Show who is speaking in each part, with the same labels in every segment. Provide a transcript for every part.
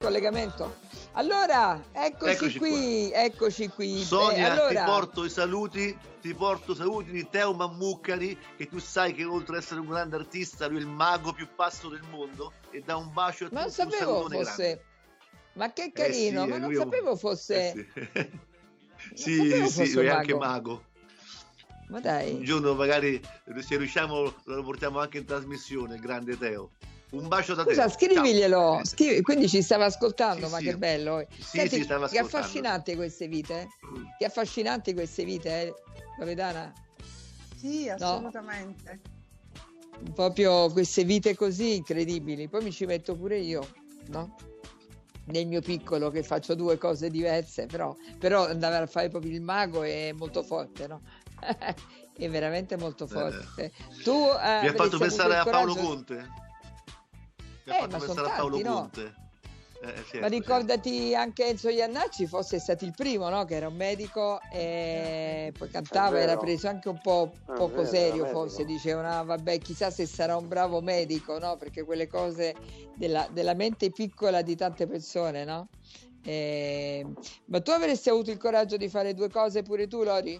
Speaker 1: collegamento. Allora, eccoci qui.
Speaker 2: Sonia,
Speaker 1: allora...
Speaker 2: ti porto saluti di Teo Mammucari, che tu sai che oltre ad essere un grande artista, lui è il mago più pazzo del mondo, e dà un bacio a tutti.
Speaker 1: Ma non sapevo fosse... Grande. Ma che carino, ma non sapevo fosse...
Speaker 2: Sì, lui è anche mago.
Speaker 1: Ma dai.
Speaker 2: Un giorno magari, se riusciamo, lo portiamo anche in trasmissione, il grande Teo. Un bacio da te.
Speaker 1: Scusa, scriviglielo. Quindi ci stava ascoltando,
Speaker 2: sì,
Speaker 1: ma
Speaker 2: sì.
Speaker 1: che bello.
Speaker 2: Senti, sì, stava ascoltando.
Speaker 1: Che affascinanti queste vite. Che affascinanti queste vite, Loredana?
Speaker 3: Sì, assolutamente.
Speaker 1: No? Proprio queste vite così incredibili. Poi mi ci metto pure io, no? Nel mio piccolo, che faccio due cose diverse, però andare a fare proprio il mago è molto forte, no? È veramente molto forte. Tu
Speaker 2: mi ha fatto pensare a Paolo Conte.
Speaker 1: Ma sono tanti, no? Certo, ma ricordati anche Enzo Iannacci, fosse stato il primo, no? Che era un medico e poi cantava, era preso anche un po' poco serio, forse dicevano, vabbè, chissà se sarà un bravo medico, no? Perché quelle cose della mente piccola di tante persone, no? Ma tu avresti avuto il coraggio di fare due cose pure tu, Lori?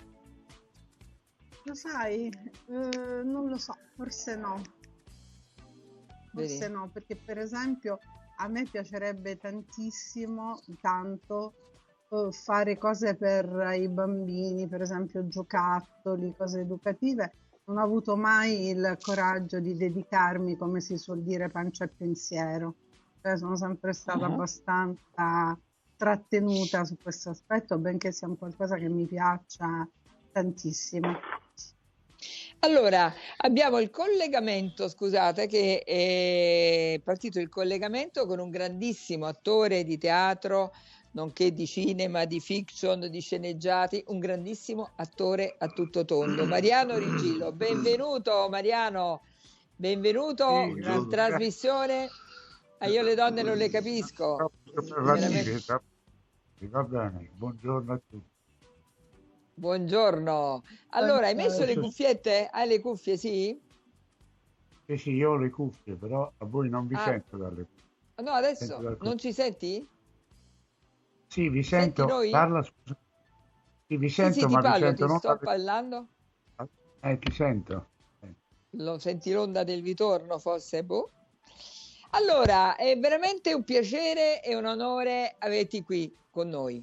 Speaker 3: Lo sai, non lo so, forse no. Forse no, perché per esempio a me piacerebbe tanto fare cose per i bambini, per esempio giocattoli, cose educative. Non ho avuto mai il coraggio di dedicarmi, come si suol dire, pancia e pensiero. Sono sempre stata abbastanza trattenuta su questo aspetto, benché sia un qualcosa che mi piaccia tantissimo.
Speaker 1: Allora, abbiamo il collegamento, scusate, che è partito il collegamento con un grandissimo attore di teatro, nonché di cinema, di fiction, di sceneggiati, un grandissimo attore a tutto tondo, Mariano Rigillo. Benvenuto Mariano, benvenuto alla trasmissione Io le donne non le capisco.
Speaker 4: Va bene, buongiorno a tutti.
Speaker 1: Buongiorno. Allora, hai messo le cuffiette? Hai le cuffie, sì?
Speaker 4: Sì, io ho le cuffie, però a voi non vi sento dalle cuffie.
Speaker 1: No, adesso non ci senti?
Speaker 4: Sì, vi sento.
Speaker 1: Noi?
Speaker 4: Parla, scusa. Sì, vi sento,
Speaker 1: sì,
Speaker 4: ma
Speaker 1: ti
Speaker 4: vi sento.
Speaker 1: Ti sto parlando?
Speaker 4: Ti sento.
Speaker 1: Lo senti l'onda del ritorno, forse? Boh. Allora, è veramente un piacere e un onore averti qui con noi.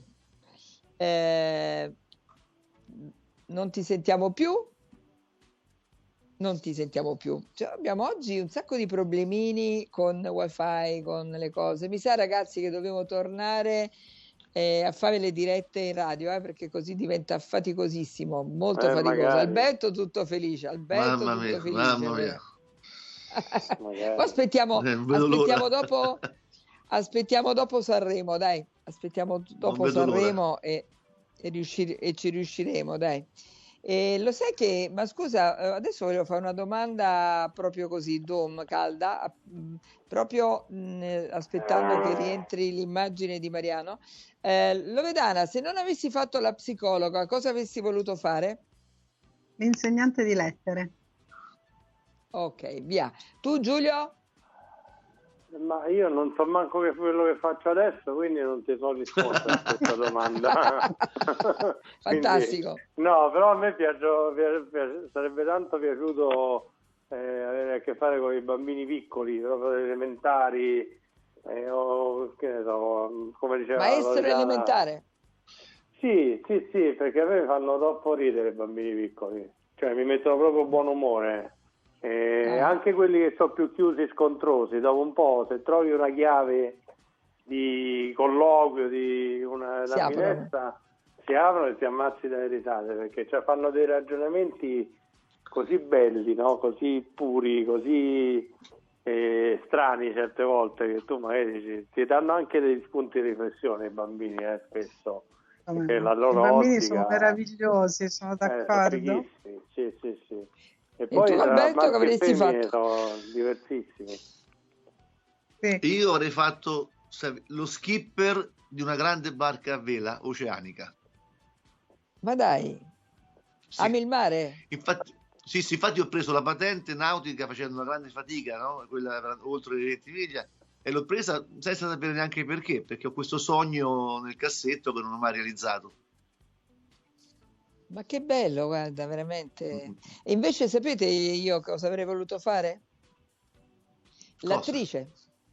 Speaker 1: Non ti sentiamo più? Non ti sentiamo più. Cioè, abbiamo oggi un sacco di problemini con wifi, con le cose. Mi sa, ragazzi, che dobbiamo tornare a fare le dirette in radio, perché così diventa faticosissimo, molto faticoso. Magari. Alberto tutto felice. Alberto
Speaker 2: mamma
Speaker 1: tutto
Speaker 2: mia,
Speaker 1: felice.
Speaker 2: Mamma mia.
Speaker 1: Aspettiamo dopo Sanremo, dai. Aspettiamo dopo Sanremo e ci riusciremo, dai. Lo sai che, ma scusa, adesso voglio fare una domanda proprio così, calda, proprio aspettando che rientri l'immagine di Mariano. Loredana, se non avessi fatto la psicologa, cosa avresti voluto fare?
Speaker 3: L'insegnante di lettere.
Speaker 1: Ok, via. Tu, Giulio?
Speaker 5: Ma io non so manco che quello che faccio adesso, quindi non ti so rispondere a questa domanda.
Speaker 1: Fantastico.
Speaker 5: Quindi, no, però a me sarebbe tanto piaciuto avere a che fare con i bambini piccoli, proprio elementari, o che ne so, come diceva
Speaker 1: maestro elementare.
Speaker 5: Sì, perché a me fanno troppo ridere i bambini piccoli, cioè mi mettono proprio buon umore. Anche quelli che sono più chiusi, scontrosi, dopo un po', se trovi una chiave di colloquio, di una finestra, si aprono e ti ammazzi dalle risate, perché fanno dei ragionamenti così belli, no? Così puri, così strani certe volte, che tu magari ti danno anche degli spunti di riflessione i bambini, spesso. Perché la loro
Speaker 3: I bambini
Speaker 5: ottica,
Speaker 3: sono meravigliosi, sono d'accordo.
Speaker 5: Sì. E
Speaker 1: poi tu, Alberto, che avresti fatto?
Speaker 5: Sono diversissimi.
Speaker 2: Sì. Io avrei fatto lo skipper di una grande barca a vela oceanica.
Speaker 1: Ma dai, sì. Ami il mare?
Speaker 2: Infatti ho preso la patente nautica facendo una grande fatica, no? Quella oltre le 20 miglia, e l'ho presa senza sapere neanche perché ho questo sogno nel cassetto che non ho mai realizzato.
Speaker 1: Ma che bello, guarda, veramente. E invece sapete io cosa avrei voluto fare? L'attrice.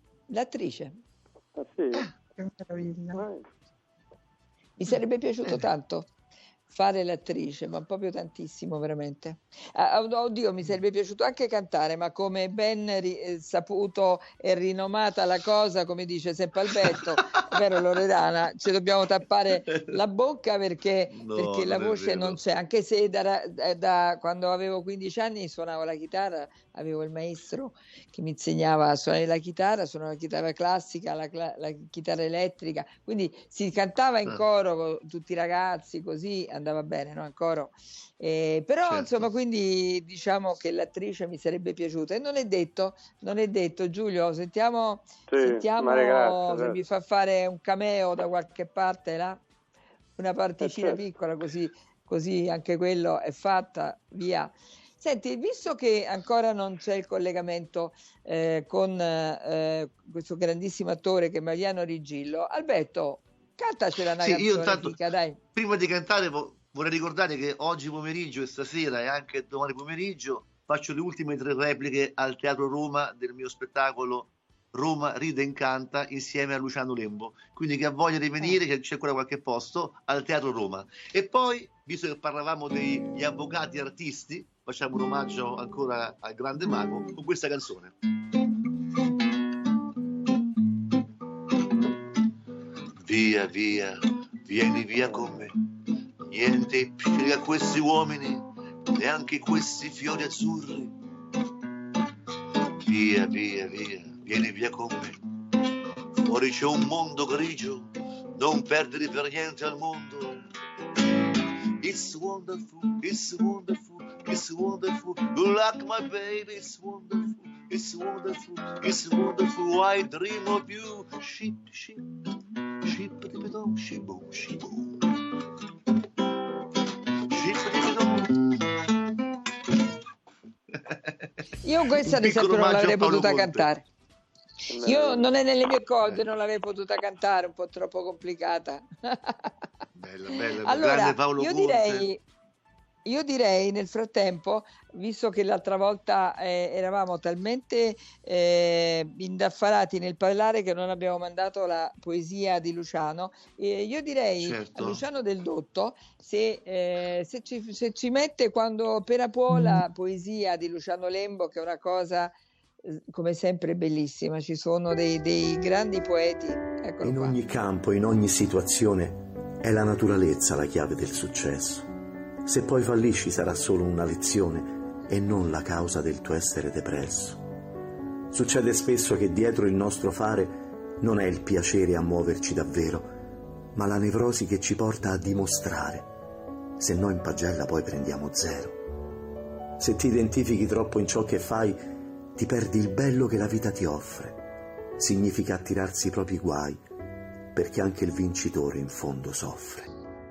Speaker 5: Ah, sì?
Speaker 3: Che meraviglia.
Speaker 1: Mi sarebbe piaciuto tanto fare l'attrice, ma proprio tantissimo, veramente. Oddio, mi sarebbe piaciuto anche cantare, ma come ben saputo e rinomata la cosa, come dice sempre Alberto, è vero Loredana, ci dobbiamo tappare la bocca perché la voce non c'è, anche se da quando avevo 15 anni suonavo la chitarra, avevo il maestro che mi insegnava a suonare la chitarra, suonavo la chitarra classica, la chitarra elettrica, quindi si cantava in coro con tutti i ragazzi, così andava bene, no? In coro. Però
Speaker 2: certo.
Speaker 1: Insomma, quindi diciamo che l'attrice mi sarebbe piaciuta e non è detto, Giulio, sentiamo
Speaker 5: grazie,
Speaker 1: se mi fa fare un cameo da qualche parte là, una particina piccola, così anche quello è fatta, via. Senti, visto che ancora non c'è il collegamento con questo grandissimo attore che è Mariano Rigillo, Alberto, cantacela una canzone,
Speaker 2: io intanto,
Speaker 1: fica, dai.
Speaker 2: Prima di cantare vorrei ricordare che oggi pomeriggio e stasera e anche domani pomeriggio faccio le ultime 3 repliche al Teatro Roma del mio spettacolo Roma ride e incanta insieme a Luciano Lembo, quindi chi ha voglia di venire, che c'è ancora qualche posto al Teatro Roma. E poi, visto che parlavamo degli avvocati artisti, facciamo un omaggio ancora al grande mago con questa canzone. Via, via, vieni via con me, niente piega questi uomini, neanche questi fiori azzurri. Via, via, via, vieni via con me, fuori c'è un mondo grigio, non perdere per niente al mondo. It's wonderful, it's wonderful, it's wonderful, you like my baby, it's wonderful, it's wonderful, it's wonderful, I dream of you, ship, ship, ship, dipidom, shiboom, shiboom, ship, dipidom.
Speaker 1: Io questa ad esempio non l'avrei potuta cantare. Io non è nelle mie corde, non l'avrei potuta cantare, un po' troppo complicata.
Speaker 2: Bella,
Speaker 1: allora,
Speaker 2: grande Paolo Conte.
Speaker 1: Io direi nel frattempo, visto che l'altra volta eravamo talmente indaffarati nel parlare che non abbiamo mandato la poesia di Luciano, io direi a Luciano Del Dotto se ci mette quando appena può la poesia di Luciano Lembo, che è una cosa come sempre bellissima, ci sono dei grandi poeti. Eccolo
Speaker 6: in
Speaker 1: qua.
Speaker 6: ogni campo, in ogni situazione è la naturalezza la chiave del successo. Se poi fallisci sarà solo una lezione e non la causa del tuo essere depresso. Succede spesso che dietro il nostro fare non è il piacere a muoverci davvero, ma la nevrosi che ci porta a dimostrare. Se no in pagella poi prendiamo 0. Se ti identifichi troppo in ciò che fai, ti perdi il bello che la vita ti offre. Significa attirarsi i propri guai, perché anche il vincitore in fondo soffre.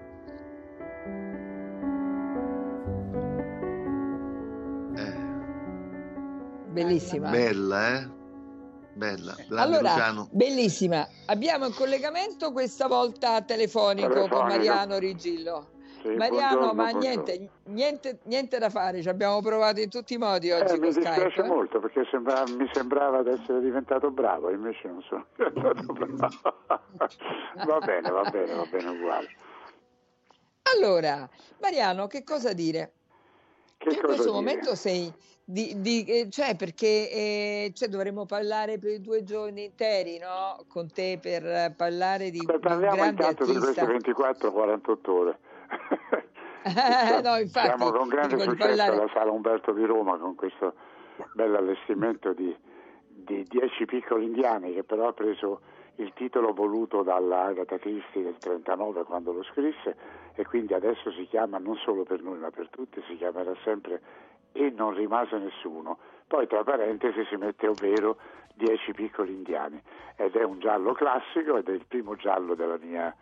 Speaker 1: Bellissima.
Speaker 2: Bella, Bella.
Speaker 1: Allora,
Speaker 2: Luciano.
Speaker 1: Bellissima. Abbiamo in collegamento questa volta telefonico con Mariano Rigillo.
Speaker 7: Sì,
Speaker 1: Mariano, ma
Speaker 7: buongiorno.
Speaker 1: niente da fare, ci abbiamo provato in tutti i modi oggi con Skype.
Speaker 7: Mi dispiace molto perché mi sembrava di essere diventato bravo, invece non sono diventato bravo. va bene uguale.
Speaker 1: Allora, Mariano, che cosa dire? In questo momento sei cioè perché dovremmo parlare per 2 giorni interi, no? Con te per parlare di un grande artista.
Speaker 7: Di queste 24-48 ore.
Speaker 1: No, infatti,
Speaker 7: siamo con grande successo alla Sala Umberto di Roma con questo bello allestimento di 10 piccoli indiani, che però ha preso il titolo voluto dalla Agatha Christie del 39 quando lo scrisse, e quindi adesso si chiama, non solo per noi ma per tutti, si chiamerà sempre E non rimase nessuno. Poi tra parentesi si mette ovvero 10 piccoli indiani, ed è un giallo classico ed è il primo giallo della mia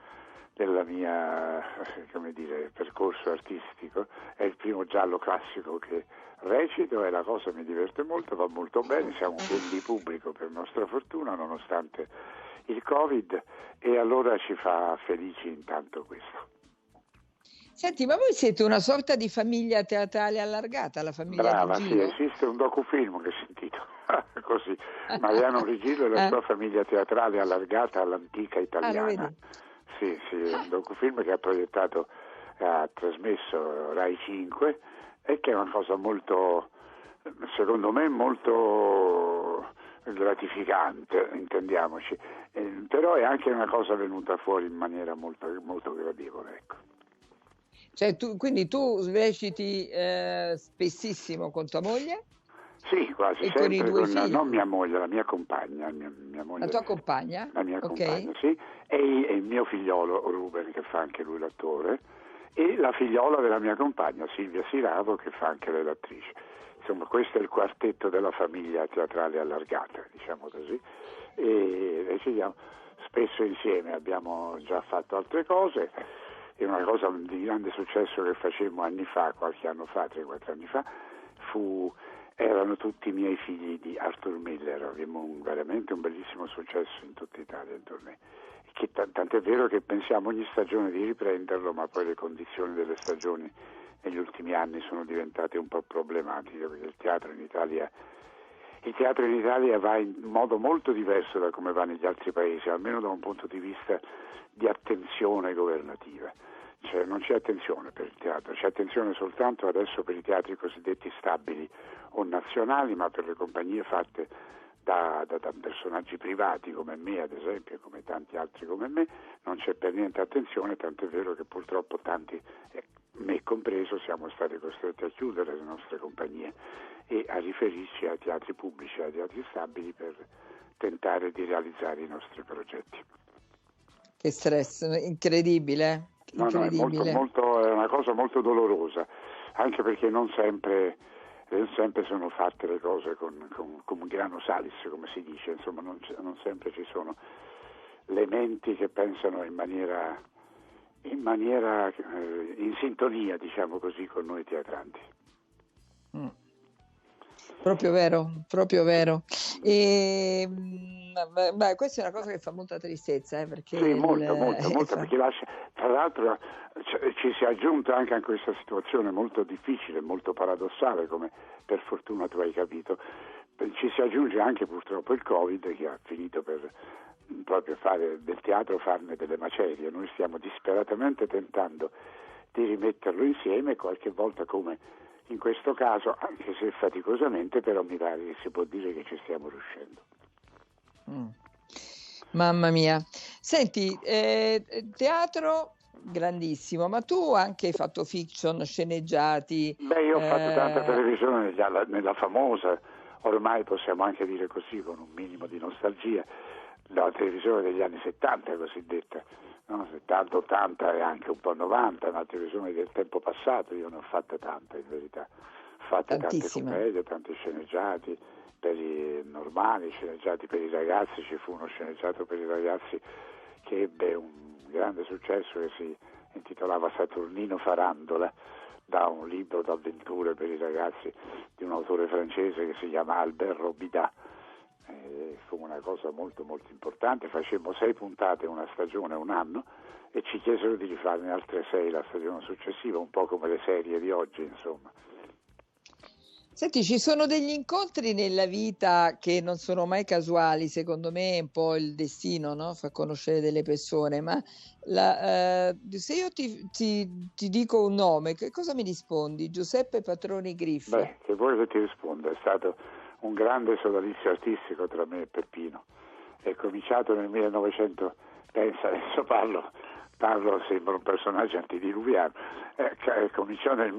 Speaker 7: come dire, percorso artistico. È il primo giallo classico che recito e la cosa mi diverte molto, va molto bene, siamo pieni di pubblico per nostra fortuna nonostante il Covid, e allora ci fa felici intanto questo.
Speaker 1: Senti, ma voi siete una sorta di famiglia teatrale allargata, la famiglia
Speaker 7: Brava,
Speaker 1: di Gilo?
Speaker 7: sì, esiste un docufilm che si intitola così, Mariano Rigillo e la sua famiglia teatrale allargata all'antica italiana. Sì, è un docufilm che ha trasmesso Rai 5 e che è una cosa molto, secondo me, molto gratificante, intendiamoci, però è anche una cosa venuta fuori in maniera molto, molto gradevole, ecco.
Speaker 1: Cioè, quindi tu reciti spessissimo con tua moglie?
Speaker 7: Sì, quasi
Speaker 1: e
Speaker 7: sempre,
Speaker 1: con i due figli?
Speaker 7: Non mia moglie, la mia compagna. Mia moglie,
Speaker 1: la tua compagna?
Speaker 7: La mia compagna, sì, e il mio figliolo Ruben, che fa anche lui l'attore, e la figliola della mia compagna, Silvia Siravo, che fa anche lei l'attrice. Insomma, questo è il quartetto della famiglia teatrale allargata, diciamo così, e recitiamo spesso insieme. Abbiamo già fatto altre cose. E una cosa di grande successo che facemmo anni fa, qualche anno fa, 3-4 anni fa, erano tutti i miei figli di Arthur Miller. Abbiamo veramente un bellissimo successo in tutta Italia intorno. Che tant'è vero che pensiamo ogni stagione di riprenderlo, ma poi le condizioni delle stagioni negli ultimi anni sono diventate un po' problematiche, perché il teatro in Italia va in modo molto diverso da come va negli altri paesi, almeno da un punto di vista di attenzione governativa. Cioè non c'è attenzione per il teatro, c'è attenzione soltanto adesso per i teatri cosiddetti stabili o nazionali, ma per le compagnie fatte da personaggi privati come me, ad esempio, come tanti altri come me, non c'è per niente attenzione, tanto è vero che purtroppo tanti, me compreso, siamo stati costretti a chiudere le nostre compagnie e a riferirci ai teatri pubblici, ai teatri stabili per tentare di realizzare i nostri progetti.
Speaker 1: Che stress, incredibile. Incredibile.
Speaker 7: No, è una cosa molto dolorosa, anche perché non sempre sono fatte le cose con grano salis, come si dice, insomma non sempre ci sono le menti che pensano in maniera in sintonia, diciamo così, con noi teatranti.
Speaker 1: Proprio vero. E questa è una cosa che fa molta tristezza, perché
Speaker 7: sì, molto, perché tra l'altro ci si è aggiunto anche a questa situazione molto difficile, molto paradossale, come per fortuna tu hai capito. Ci si aggiunge anche purtroppo il Covid, che ha finito per proprio fare del teatro, farne delle macerie. Noi stiamo disperatamente tentando di rimetterlo insieme, qualche volta, come in questo caso, anche se faticosamente, però mi pare che si può dire che ci stiamo riuscendo.
Speaker 1: Mamma mia. Senti, teatro grandissimo, ma tu anche hai fatto fiction, sceneggiati?
Speaker 7: Io ho fatto tanta televisione nella famosa, ormai possiamo anche dire così, con un minimo di nostalgia, la televisione degli anni 70 cosiddetta, no? 70, 80 e anche un po' 90, una televisione del tempo passato. Io ne ho fatte tante, in verità. Ho fatto tante commedie, tanti sceneggiati per i normali, sceneggiati per i ragazzi. Ci fu uno sceneggiato per i ragazzi che ebbe un grande successo, che si intitolava Saturnino Farandola, da un libro d'avventure per i ragazzi di un autore francese che si chiama Albert Robida. Fu una cosa molto molto importante. Facemmo 6 puntate una stagione, un anno, e ci chiesero di rifarne altre 6 la stagione successiva, un po' come le serie di oggi, insomma.
Speaker 1: Senti, ci sono degli incontri nella vita che non sono mai casuali, secondo me è un po' il destino, no? Fa conoscere delle persone, ma se io ti dico un nome, che cosa mi rispondi? Giuseppe Patroni Griffi.
Speaker 7: Che vuoi che ti risponda? È stato un grande sodalizio artistico tra me e Peppino. È cominciato nel 1900, pensa, adesso parlo sembra un personaggio antediluviano, cominciò nel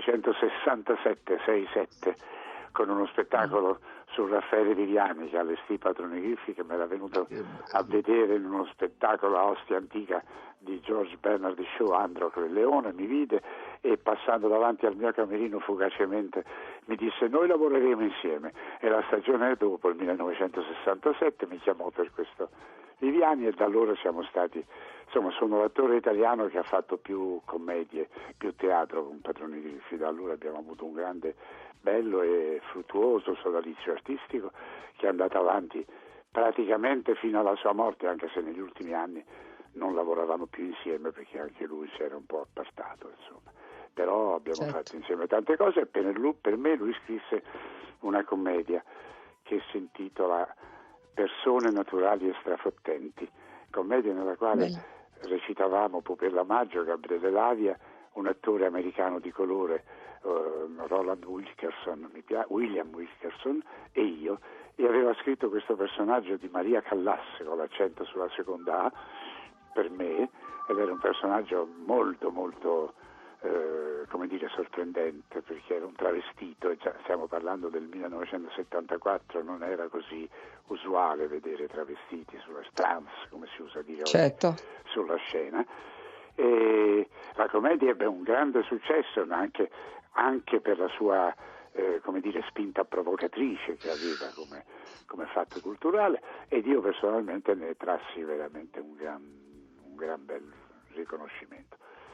Speaker 7: 1967 con uno spettacolo su Raffaele Viviani, che allestì Patroni Griffi, che me era venuto a vedere in uno spettacolo a Ostia Antica di George Bernard Shaw, Androcle e Leone, mi vide e passando davanti al mio camerino fugacemente mi disse: noi lavoreremo insieme. E la stagione dopo, il 1967, mi chiamò per questo Viviani, e da allora siamo stati, insomma, sono l'attore italiano che ha fatto più commedie, più teatro con Padroni di Griffi. Da allora abbiamo avuto un grande, bello e fruttuoso sodalizio artistico che è andato avanti praticamente fino alla sua morte, anche se negli ultimi anni non lavoravamo più insieme perché anche lui si era un po' appartato, insomma. Però abbiamo fatto insieme tante cose, e per me lui scrisse una commedia che si intitola Persone naturali e strafottenti, commedia nella quale recitavamo Pupella Maggio, Gabriele Lavia, un attore americano di colore, William Wilkerson, e io, e aveva scritto questo personaggio di Maria Callasse con l'accento sulla seconda A per me, ed era un personaggio molto molto sorprendente, perché era un travestito, e già stiamo parlando del 1974, non era così usuale vedere travestiti sulla trans, come si usa dire oggi, sulla scena. E la commedia ebbe un grande successo anche per la sua spinta provocatrice che aveva come fatto culturale, ed io personalmente ne trassi veramente un gran bel riconoscimento.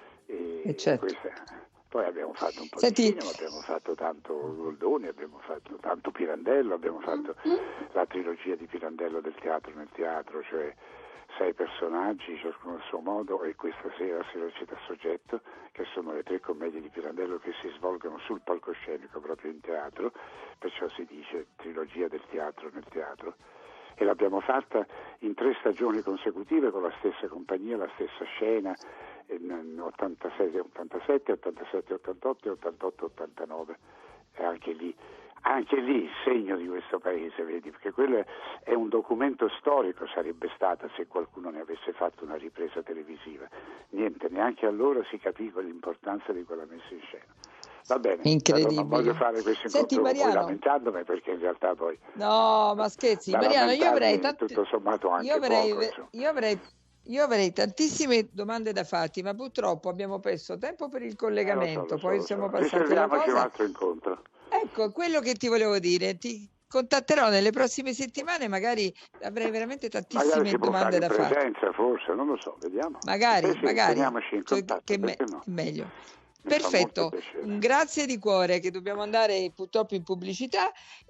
Speaker 7: Poi abbiamo fatto un po' di cinema, abbiamo fatto tanto Goldoni, abbiamo fatto tanto Pirandello, abbiamo fatto la trilogia di Pirandello del teatro nel teatro, cioè 6 personaggi, ciascuno a suo modo, e questa sera si recita Soggetto, che sono le 3 commedie di Pirandello che si svolgono sul palcoscenico, proprio in teatro, perciò si dice trilogia del teatro nel teatro. E l'abbiamo fatta in 3 stagioni consecutive con la stessa compagnia, la stessa scena, in 86, 87, 87, 88 e 88, 89. E anche lì il segno di questo paese, vedi, perché quello è un documento storico, sarebbe stata, se qualcuno ne avesse fatto una ripresa televisiva. Niente, neanche allora si capiva l'importanza di quella messa in scena. Va bene,
Speaker 1: incredibile.
Speaker 7: Non voglio fare questo incontro con voi lamentandomi, perché in realtà poi...
Speaker 1: No, ma scherzi, Mariano, io avrei
Speaker 7: tutto sommato anche
Speaker 1: io avrei tantissime domande da farti, ma purtroppo abbiamo perso tempo per il collegamento, poi siamo passati alla cosa.
Speaker 7: Un altro incontro.
Speaker 1: Ecco, quello che ti volevo dire, ti contatterò nelle prossime settimane, magari avrei veramente tantissime domande da farti.
Speaker 7: Presenza, forse, non lo so, vediamo.
Speaker 1: Magari,
Speaker 7: teniamoci in contatto,
Speaker 1: che
Speaker 7: no?
Speaker 1: meglio. Perfetto, grazie di cuore, che dobbiamo andare purtroppo in pubblicità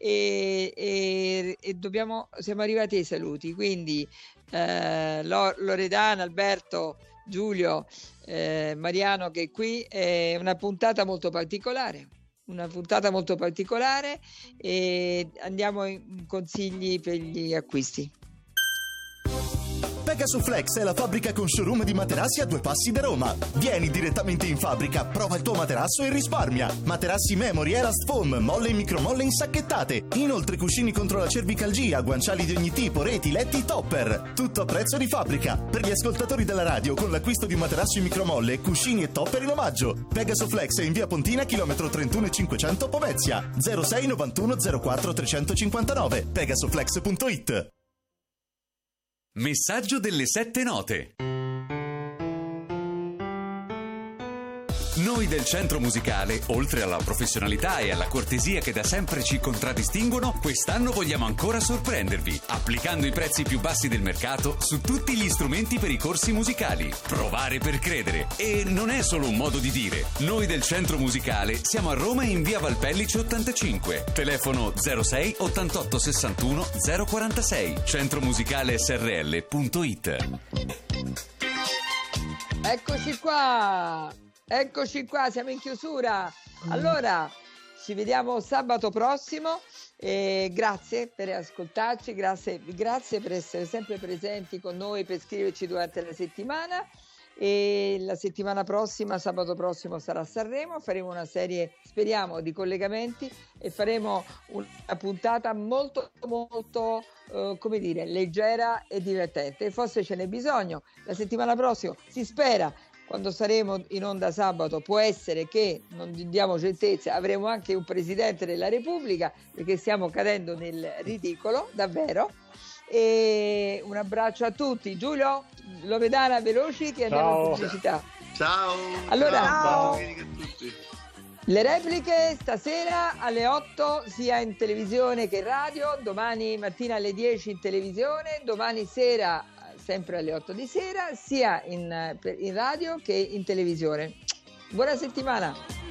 Speaker 1: e siamo arrivati ai saluti, quindi Loredana, Alberto, Giulio, Mariano che è qui, è una puntata molto particolare e andiamo in consigli per gli acquisti.
Speaker 8: Pegasoflex è la fabbrica con showroom di materassi a 2 passi da Roma. Vieni direttamente in fabbrica, prova il tuo materasso e risparmia. Materassi Memory, Elast Foam, molle e micromolle insacchettate. Inoltre cuscini contro la cervicalgia, guanciali di ogni tipo, reti, letti, topper. Tutto a prezzo di fabbrica. Per gli ascoltatori della radio, con l'acquisto di un materasso in micromolle, cuscini e topper in omaggio. Pegasoflex è in via Pontina, chilometro 31 e 500 Pomezia. 06 91 04 359. Pegasoflex.it.
Speaker 9: Messaggio delle 7 note. Noi del Centro Musicale, oltre alla professionalità e alla cortesia che da sempre ci contraddistinguono, quest'anno vogliamo ancora sorprendervi, applicando i prezzi più bassi del mercato su tutti gli strumenti per i corsi musicali. Provare per credere. E non è solo un modo di dire. Noi del Centro Musicale siamo a Roma in via Valpellice 85. Telefono 06 88 61 046. centromusicalesrl.it.
Speaker 1: Eccoci qua, siamo in chiusura. Allora, ci vediamo sabato prossimo. Grazie per ascoltarci, grazie per essere sempre presenti con noi, per scriverci durante la settimana. E la settimana prossima, sabato prossimo, sarà a Sanremo. Faremo una serie, speriamo, di collegamenti e faremo una puntata molto molto leggera e divertente. Forse ce n'è bisogno. La settimana prossima, si spera, quando saremo in onda sabato, può essere che, non diamo certezze, avremo anche un Presidente della Repubblica, perché stiamo cadendo nel ridicolo, davvero. E un abbraccio a tutti. Giulio, Lovedana, veloci che andiamo in pubblicità.
Speaker 2: Ciao.
Speaker 1: Allora,
Speaker 2: ciao a tutti.
Speaker 1: Le repliche stasera alle 8 sia in televisione che in radio, domani mattina alle 10 in televisione, domani sera sempre alle 8 di sera sia in radio che in televisione. Buona settimana.